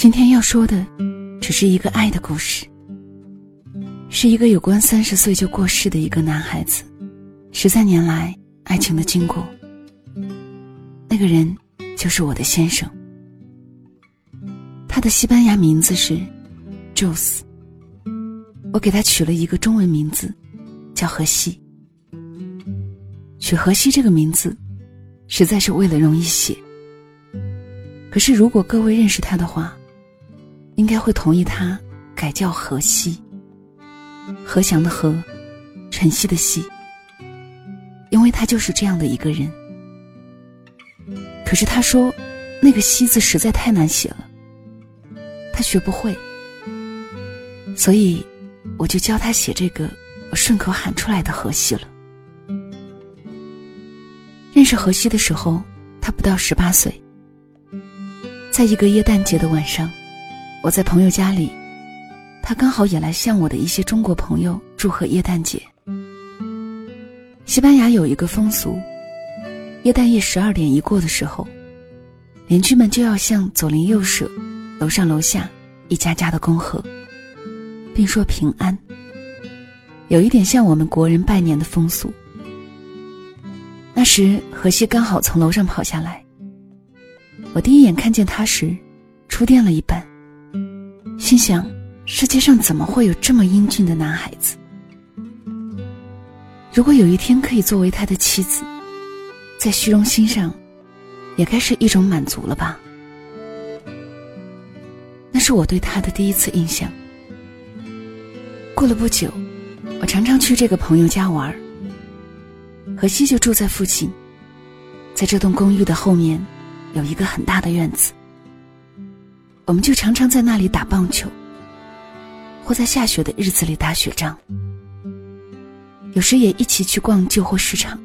今天要说的只是一个爱的故事，是一个有关30岁就过世的一个男孩子13年来爱情的经过。那个人就是我的先生，他的西班牙名字是 Jose， 我给他取了一个中文名字叫荷西。取荷西这个名字实在是为了容易写，可是如果各位认识他的话，应该会同意他改叫荷西，何祥的何，晨曦的曦，因为他就是这样的一个人。可是他说那个曦字实在太难写了，他学不会，所以我就教他写这个我顺口喊出来的荷西了。认识荷西的时候他不到18岁，在一个耶诞节的晚上，我在朋友家里，他刚好也来向我的一些中国朋友祝贺耶诞节。西班牙有一个风俗，耶诞夜12点一过的时候，邻居们就要向左邻右舍、楼上楼下一家家的恭贺，并说平安，有一点像我们国人拜年的风俗。那时荷西刚好从楼上跑下来，我第一眼看见他时触电了一般，心想世界上怎么会有这么英俊的男孩子，如果有一天可以作为他的妻子，在虚荣心上也该是一种满足了吧。那是我对他的第一次印象。过了不久，我常常去这个朋友家玩，荷西就住在附近，在这栋公寓的后面有一个很大的院子，我们就常常在那里打棒球，或在下雪的日子里打雪仗，有时也一起去逛旧货市场。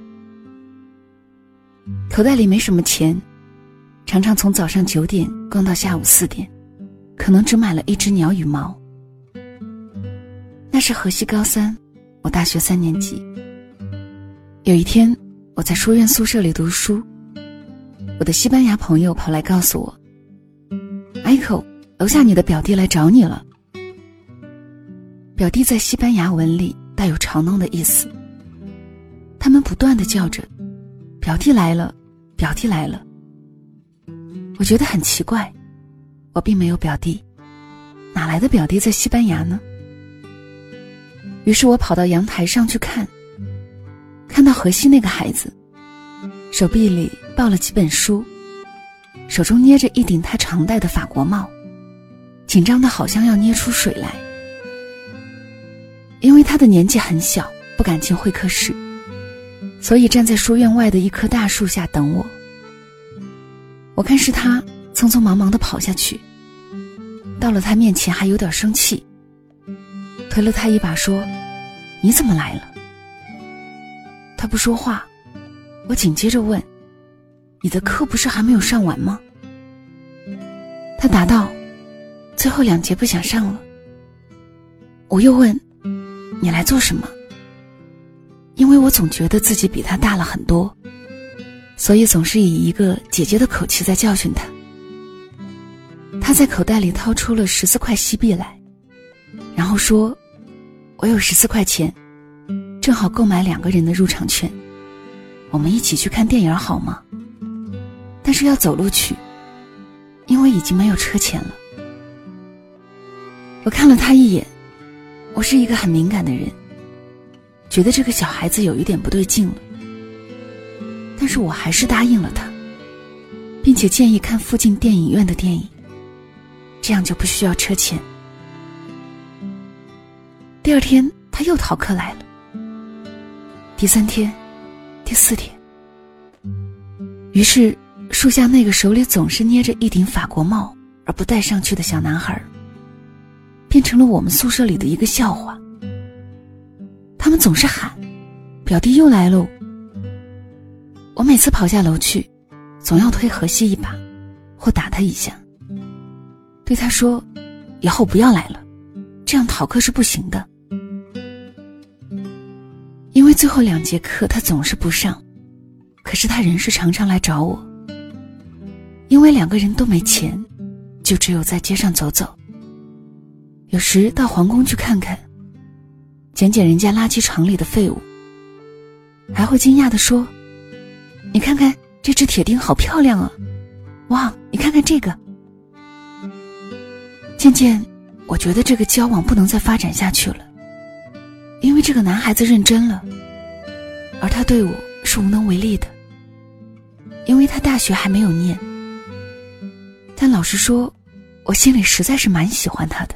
口袋里没什么钱，常常从早上9点逛到下午4点，可能只买了一只鸟羽毛。那是荷西高3，我大学3年级。有一天我在书院宿舍里读书，我的西班牙朋友跑来告诉我，艾蔻，楼下你的表弟来找你了。表弟在西班牙文里带有嘲弄的意思，他们不断地叫着表弟来了，表弟来了。我觉得很奇怪，我并没有表弟，哪来的表弟在西班牙呢？于是我跑到阳台上去看到荷西那个孩子手臂里抱了几本书，手中捏着一顶他常戴的法国帽，紧张的好像要捏出水来。因为他的年纪很小，不敢进会客室，所以站在书院外的一棵大树下等我。我看是他匆匆忙忙地跑下去，到了他面前还有点生气，推了他一把说，你怎么来了？他不说话，我紧接着问，你的课不是还没有上完吗？他答道，最后2节不想上了。我又问，你来做什么？因为我总觉得自己比他大了很多，所以总是以一个姐姐的口气在教训他。他在口袋里掏出了14块西币来，然后说，我有14块钱，正好购买2个人的入场券，我们一起去看电影好吗？但是要走路去，因为已经没有车钱了。我看了他一眼，我是一个很敏感的人，觉得这个小孩子有一点不对劲了，但是我还是答应了他，并且建议看附近电影院的电影，这样就不需要车钱。第2天他又逃课来了，第3天，第4天。于是树下那个手里总是捏着一顶法国帽而不戴上去的小男孩，变成了我们宿舍里的一个笑话。他们总是喊，表弟又来喽。我每次跑下楼去，总要推荷西一把，或打他一下，对他说，以后不要来了，这样逃课是不行的。因为最后2节课他总是不上，可是他仍是常常来找我。因为2个人都没钱， 就只有在街上走走，有时到皇宫去看看，捡捡人家垃圾场里的废物，还会惊讶地说，你看看这只铁钉好漂亮啊，哇，你看看这个。渐渐我觉得这个交往不能再发展下去了，因为这个男孩子认真了，而他对我是无能为力的，因为他大学还没有念。但老实说，我心里实在是蛮喜欢他的。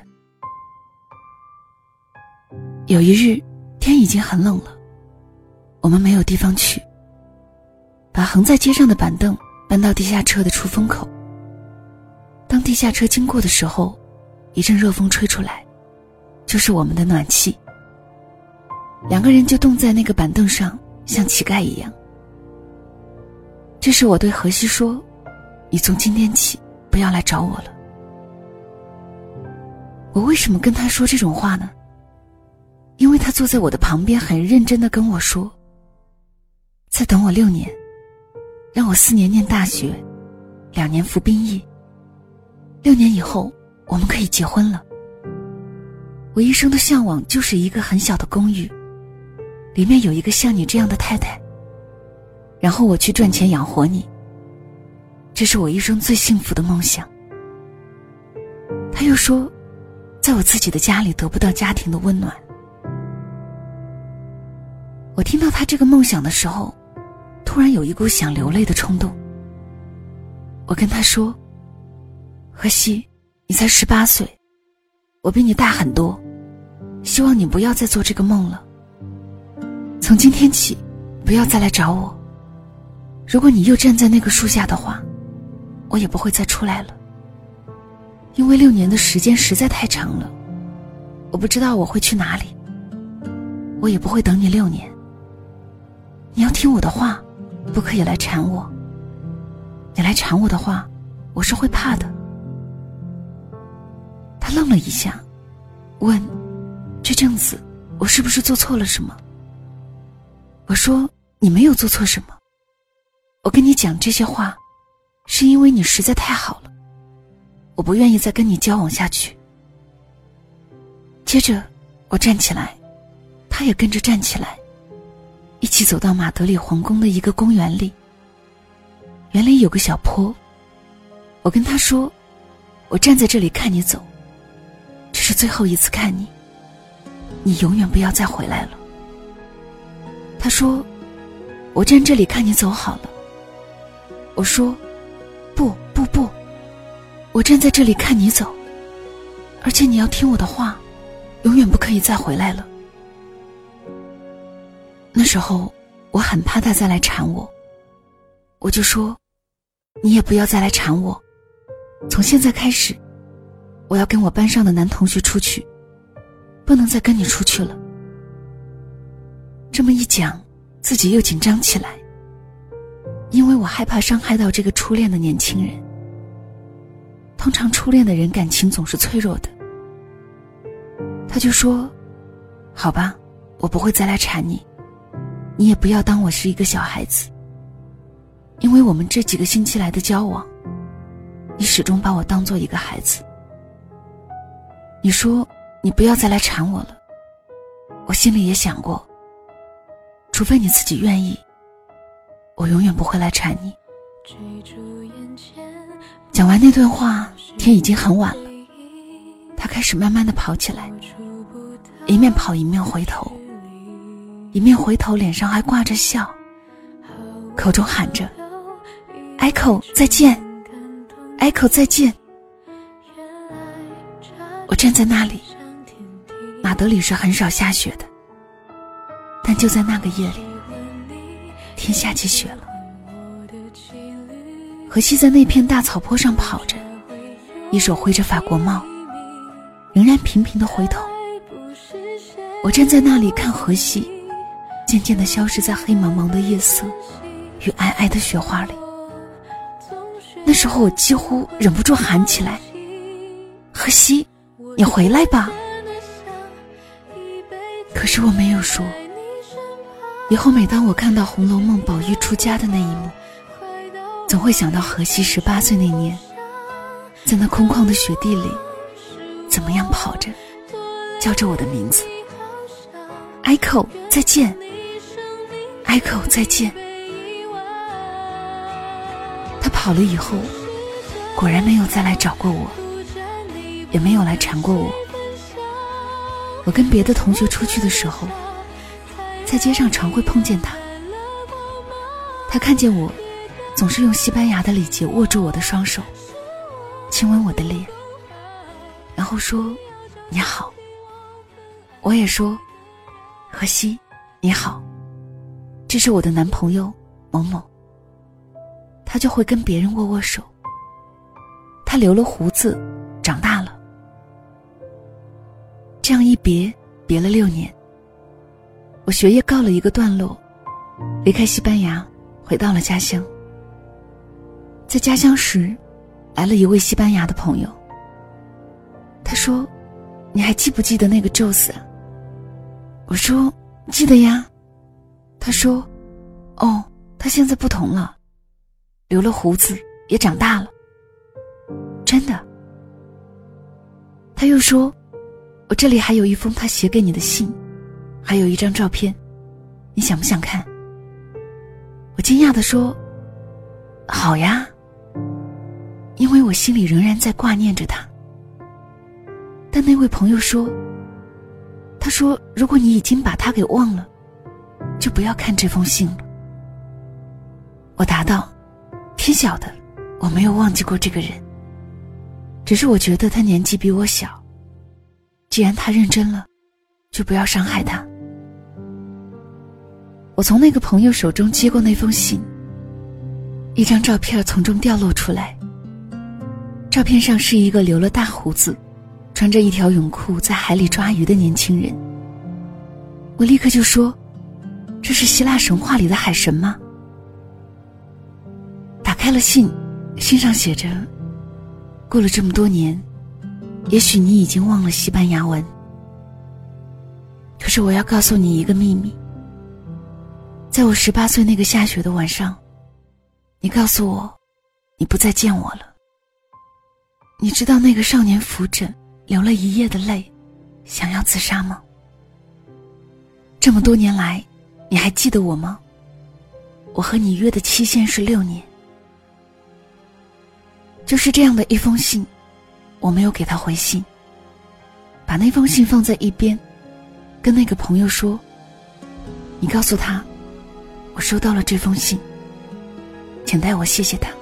有一日天已经很冷了，我们没有地方去，把横在街上的板凳搬到地下车的出风口。当地下车经过的时候，一阵热风吹出来，就是我们的暖气。两个人就冻在那个板凳上，像乞丐一样。这时我对荷西说，你从今天起不要来找我了。我为什么跟他说这种话呢？因为他坐在我的旁边，很认真地跟我说，再等我6年，让我4年念大学，2年服兵役，6年以后我们可以结婚了。我一生的向往就是一个很小的公寓，里面有一个像你这样的太太，然后我去赚钱养活你，这是我一生最幸福的梦想。他又说，在我自己的家里得不到家庭的温暖。我听到他这个梦想的时候，突然有一股想流泪的冲动。我跟他说，荷西，你才18岁，我比你大很多，希望你不要再做这个梦了。从今天起，不要再来找我。如果你又站在那个树下的话，我也不会再出来了。因为6年的时间实在太长了，我不知道我会去哪里，我也不会等你6年。你要听我的话，不可以来缠我。你来缠我的话，我是会怕的。他愣了一下，问，这阵子我是不是做错了什么？我说，你没有做错什么。我跟你讲这些话，是因为你实在太好了，我不愿意再跟你交往下去。接着我站起来，他也跟着站起来，一起走到马德里皇宫的一个公园里。园里有个小坡，我跟他说，我站在这里看你走，这是最后一次看你，你永远不要再回来了。他说，我站这里看你走好了。我说，不，我站在这里看你走，而且你要听我的话，永远不可以再回来了。那时候我很怕他再来缠我，我就说，你也不要再来缠我，从现在开始，我要跟我班上的男同学出去，不能再跟你出去了。这么一讲，自己又紧张起来，因为我害怕伤害到这个初恋的年轻人。通常初恋的人感情总是脆弱的。他就说，好吧，我不会再来缠你，你也不要当我是一个小孩子，因为我们这几个星期来的交往，你始终把我当做一个孩子。你说你不要再来缠我了，我心里也想过，除非你自己愿意，我永远不会来缠你。讲完那段话，天已经很晚了，他开始慢慢地跑起来，一面跑一面回头，脸上还挂着笑，口中喊着 Echo 再见 Echo 再见。我站在那里，马德里是很少下雪的，但就在那个夜里，天下起雪了。荷西在那片大草坡上跑着，一手挥着法国帽，仍然频频地回头。我站在那里看荷西渐渐地消失在黑茫茫的夜色与皑皑的雪花里。那时候我几乎忍不住喊起来，荷西，你回来吧。可是我没有说。以后每当我看到《红楼梦》宝玉出家的那一幕，总会想到荷西18岁那年， 在那空旷的雪地里，怎么样跑着，叫着我的名字 ，Echo 再见 ，Echo 再见。他跑了以后，果然没有再来找过我，也没有来缠过我。我跟别的同学出去的时候，在街上常会碰见他。他看见我，总是用西班牙的礼节握住我的双手，亲吻我的脸，然后说你好。我也说荷西你好，这是我的男朋友某某。他就会跟别人握握手。他留了胡子，长大了。这样一别了6年，我学业告了一个段落，离开西班牙，回到了家乡。在家乡时，来了一位西班牙的朋友。他说：“你还记不记得那个宙斯啊？”我说：“记得呀。”他说：“哦，他现在不同了，留了胡子，也长大了。”真的。他又说：“我这里还有一封他写给你的信，还有一张照片，你想不想看？”我惊讶地说：“好呀。”因为我心里仍然在挂念着他。但那位朋友说，他说如果你已经把他给忘了，就不要看这封信了。我答道：“天晓得，我没有忘记过这个人，只是我觉得他年纪比我小，既然他认真了，就不要伤害他。”我从那个朋友手中接过那封信，一张照片从中掉落出来。照片上是一个留了大胡子，穿着一条泳裤在海里抓鱼的年轻人。我立刻就说：“这是希腊神话里的海神吗？”打开了信，信上写着：“过了这么多年，也许你已经忘了西班牙文。可是我要告诉你一个秘密，在我18岁那个下雪的晚上，你告诉我，你不再见我了。你知道那个少年扶枕流了一夜的泪，想要自杀吗？这么多年来，你还记得我吗？我和你约的期限是6年。”就是这样的一封信，我没有给他回信，把那封信放在一边，跟那个朋友说：“你告诉他，我收到了这封信，请代我谢谢他。”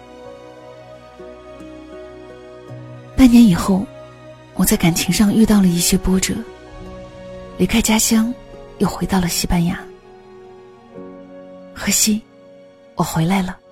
半年以后，我在感情上遇到了一些波折，离开家乡，又回到了西班牙。荷西，我回来了。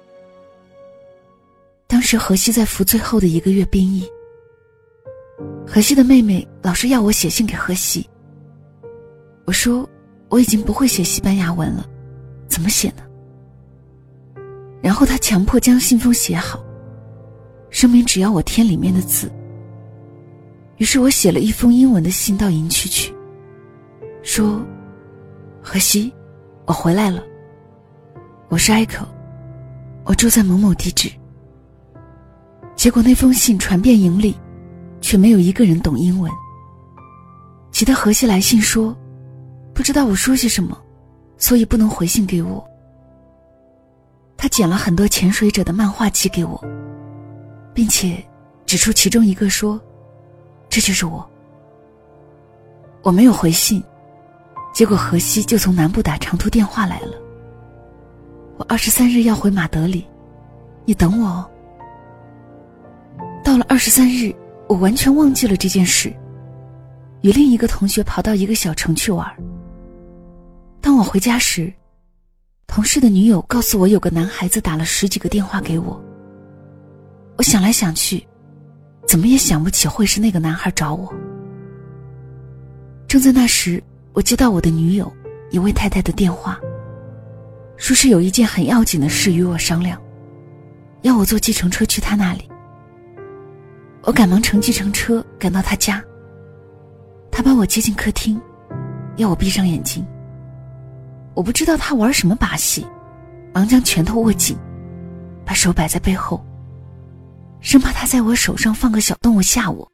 当时荷西在服最后的1个月兵役，荷西的妹妹老是要我写信给荷西。我说我已经不会写西班牙文了，怎么写呢？然后他强迫将信封写好，声明只要我填里面的字。于是我写了一封英文的信到营区去，说：“荷西，我回来了，我是Echo，我住在某某地址。”结果那封信传遍营里，却没有一个人懂英文。急得荷西来信说，不知道我说些什么，所以不能回信给我。他剪了很多潜水者的漫画寄给我，并且指出其中一个说：“这就是我。”我没有回信，结果荷西就从南部打长途电话来了：“我23日要回马德里，你等我哦。”到了23日，我完全忘记了这件事，与另一个同学跑到一个小城去玩。当我回家时，同事的女友告诉我有个男孩子打了10几个电话给我。我想来想去，怎么也想不起会是那个男孩找我。正在那时，我接到我的女友一位太太的电话，说是有一件很要紧的事与我商量，要我坐计程车去她那里。我赶忙乘计程车赶到她家，她把我接进客厅，要我闭上眼睛。我不知道她玩什么把戏，忙将拳头握紧，把手摆在背后。 生怕他在我手上放个小动物吓我。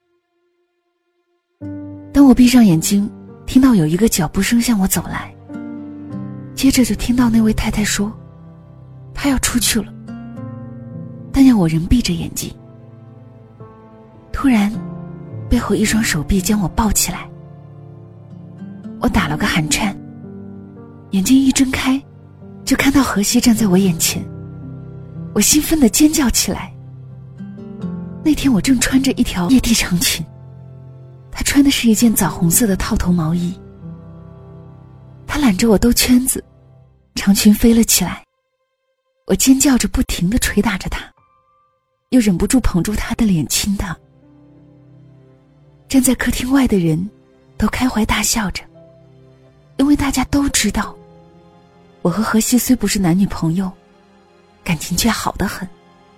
当我闭上眼睛，听到有一个脚步声向我走来，接着就听到那位太太说她要出去了，但要我仍闭着眼睛。突然背后一双手臂将我抱起来，我打了个寒颤，眼睛一睁开就看到荷西站在我眼前，我兴奋地尖叫起来。那天我正穿着一条夜地长裙，他穿的是一件枣红色的套头毛衣。他揽着我兜圈子，长裙飞了起来，我尖叫着不停地捶打着他，又忍不住捧住他的脸亲他。站在客厅外的人都开怀大笑着，因为大家都知道我和荷西虽不是男女朋友，感情却好得很。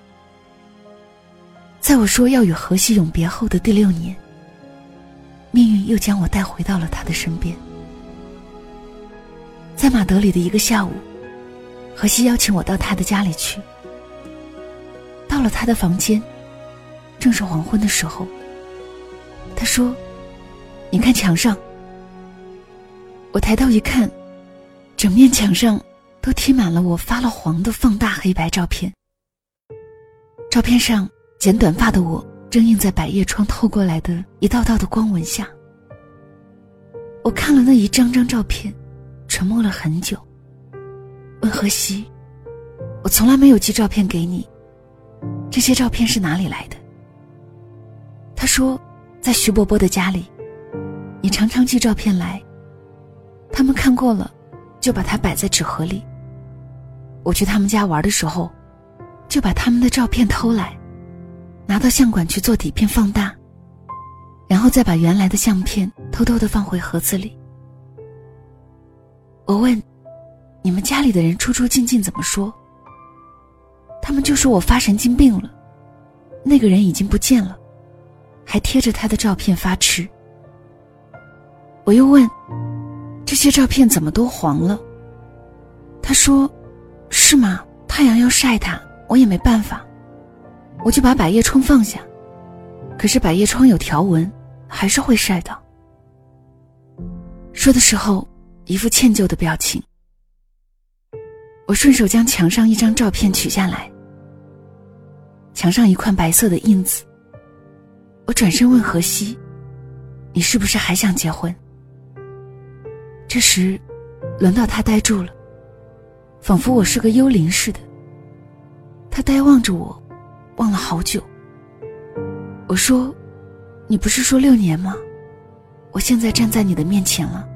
在我说要与荷西永别后的第6年，命运又将我带回到了他的身边。在马德里的一个下午，荷西邀请我到他的家里去。到了他的房间，正是黄昏的时候，他说：“你看墙上。”我抬头一看，整面墙上都贴满了我发了黄的放大黑白照片。照片上剪短发的我正映在百叶窗透过来的一道道的光纹下。我看了那一张张照片，沉默了很久，问荷西：“我从来没有寄照片给你，这些照片是哪里来的？”他说：“在徐伯伯的家里，你常常寄照片来，他们看过了就把它摆在纸盒里。我去他们家玩的时候，就把他们的照片偷来，拿到相馆去做底片放大，然后再把原来的相片偷偷地放回盒子里。”我问：“你们家里的人出出进进怎么说？”他们就说我发神经病了，那个人已经不见了，还贴着他的照片发痴。我又问：“这些照片怎么都黄了？”他说：“是吗？太阳要晒它，我也没办法，我就把百叶窗放下，可是百叶窗有条纹，还是会晒到。”说的时候一副歉疚的表情。我顺手将墙上一张照片取下来，墙上一块白色的印子。我转身问荷西：“你是不是还想结婚？”这时轮到他呆住了，仿佛我是个幽灵似的。他呆望着我，望了好久。我说：“你不是说6年吗？我现在站在你的面前了。”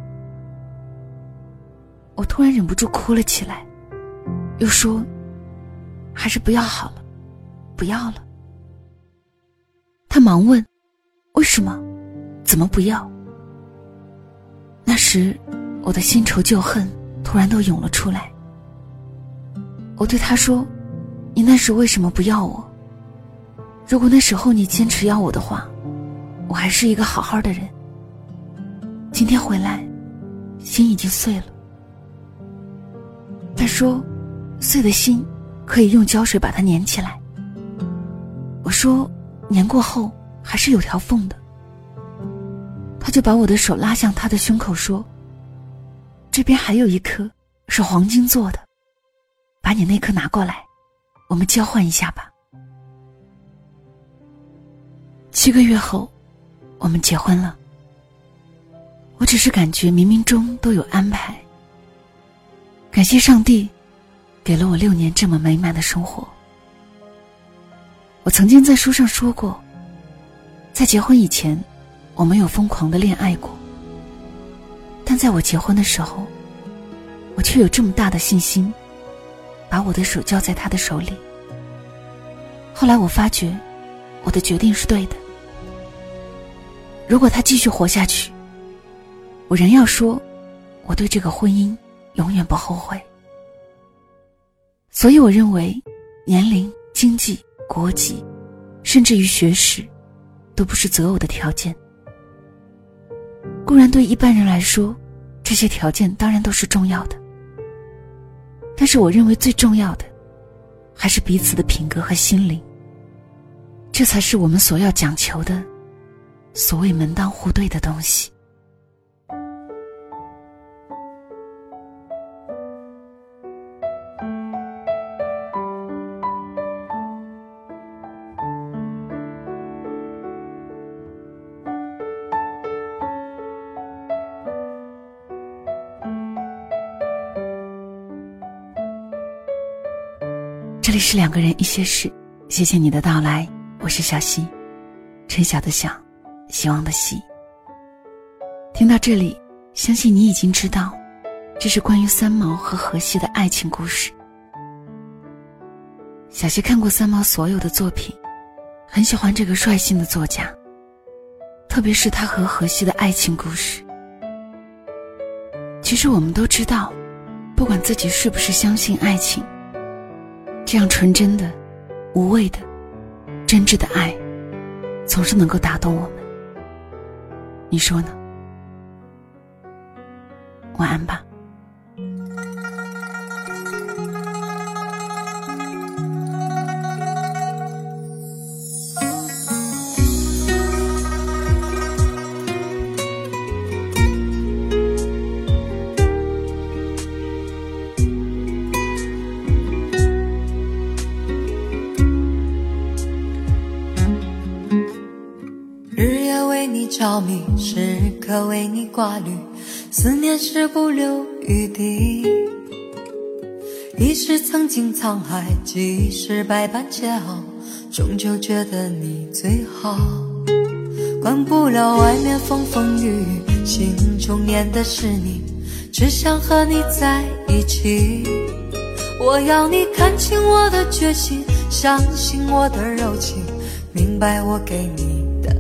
我突然忍不住哭了起来，又说：“还是不要好了，不要了。”他忙问：“为什么？怎么不要？”那时我的新仇旧恨突然都涌了出来。我对他说：“你那时为什么不要我？如果那时候你坚持要我的话，我还是一个好好的人。今天回来，心已经碎了。”他说：“碎的心可以用胶水把它粘起来。”我说：“粘过后还是有条缝的。”他就把我的手拉向他的胸口说：“这边还有一颗是黄金做的，把你那颗拿过来，我们交换一下吧。”7个月后，我们结婚了。我只是感觉冥冥中都有安排。感谢上帝给了我6年这么美满的生活。我曾经在书上说过，在结婚以前我没有疯狂的恋爱过，但在我结婚的时候，我却有这么大的信心，把我的手交在他的手里。后来我发觉我的决定是对的。如果他继续活下去，我仍要说我对这个婚姻永远不后悔。所以我认为年龄、经济、国籍，甚至于学识，都不是择偶的条件。固然对一般人来说，这些条件当然都是重要的，但是我认为最重要的还是彼此的品格和心灵。 这才是我们所要讲求的所谓门当户对的东西。这里是两个人一些事，谢谢你的到来，我是小溪，春晓的晓，希望的希。听到这里，相信你已经知道，这是关于三毛和荷西的爱情故事。小溪看过三毛所有的作品，很喜欢这个率性的作家，特别是他和荷西的爱情故事。其实我们都知道，不管自己是不是相信爱情，这样纯真的、无畏的、真挚的爱，总是能够打动我们。你说呢？晚安吧。 着迷，时刻为你挂虑，思念是不留余地。一时曾经沧海，几时百般煎熬，终究觉得你最好。管不了外面风风雨雨，心中念的是你，只想和你在一起。我要你看清我的决心，相信我的柔情，明白我给你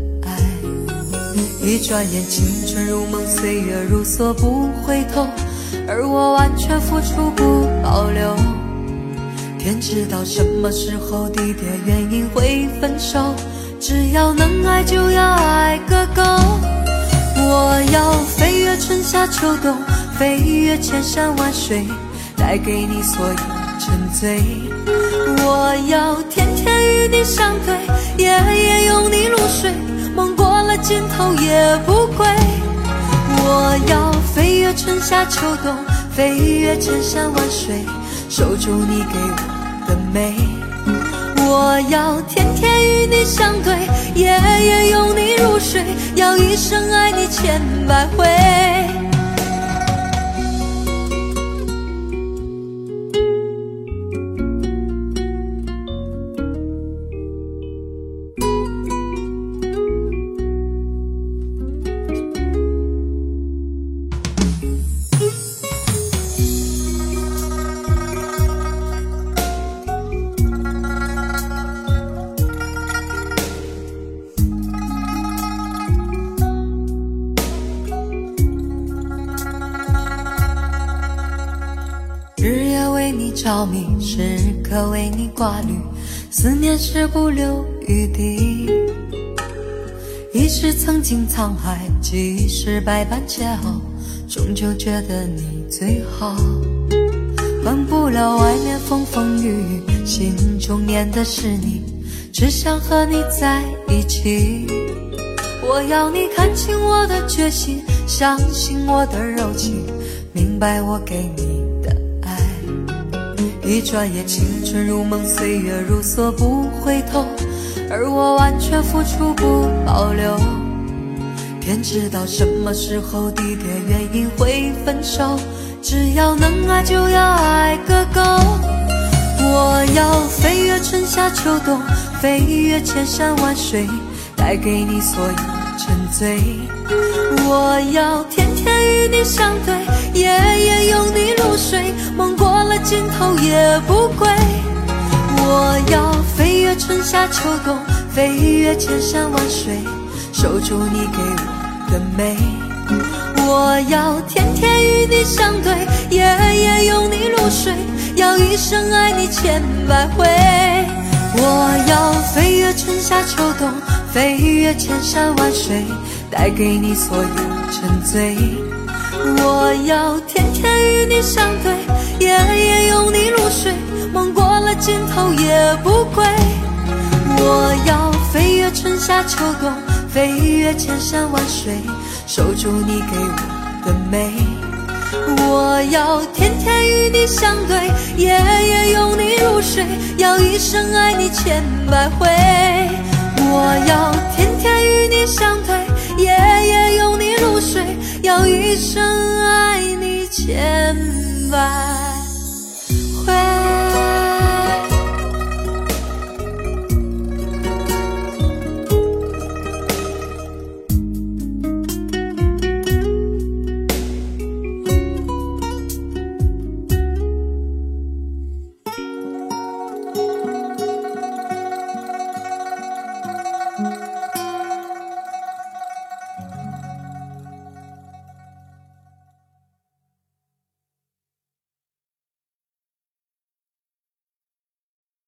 一转眼，青春如梦，岁月如梭不回头，而我完全付出不保留。天知道什么时候、地点、原因会分手，只要能爱就要爱个够。我要飞越春夏秋冬，飞越千山万水，带给你所有沉醉。我要天天与你相对，夜夜拥你入睡，梦过了尽头也不归。我要飞越春夏秋冬，飞越千山万水，守住你给我的美。我要天天与你相对，夜夜拥你入睡，要一生爱你千百回。日夜为你着迷，时刻为你挂虑，思念是不留余地。一时曾经沧海，几时百般煎熬，终究觉得你最好。管不了外面风风雨雨，心中念的是你，只想和你在一起。我要你看清我的决心，相信我的柔情，明白我给你一转眼，青春如梦，岁月如梭不回头，而我完全付出不保留。天知道什么时候、地点、原因会分手，只要能爱就要爱个够。我要飞越春夏秋冬，飞越千山万水，带给你所有沉醉。我要天天与你相对，夜夜拥你入睡，梦过了尽头也不归。我要飞越春夏秋冬，飞越千山万水，守住你给我的美。我要天天与你相对，夜夜拥你入睡，要一生爱你千百回。我要飞越春夏秋冬，飞越千山万水，带给你所有沉醉。我要天天与你相对，夜夜拥你入睡，梦过了尽头也不归。我要飞春夏秋冬，飞越千山万水，守住你给我的美。我要天天与你相对，夜夜拥你入睡，要一生爱你千百回。我要天天与你相对，夜夜拥你入睡，要一生爱你千百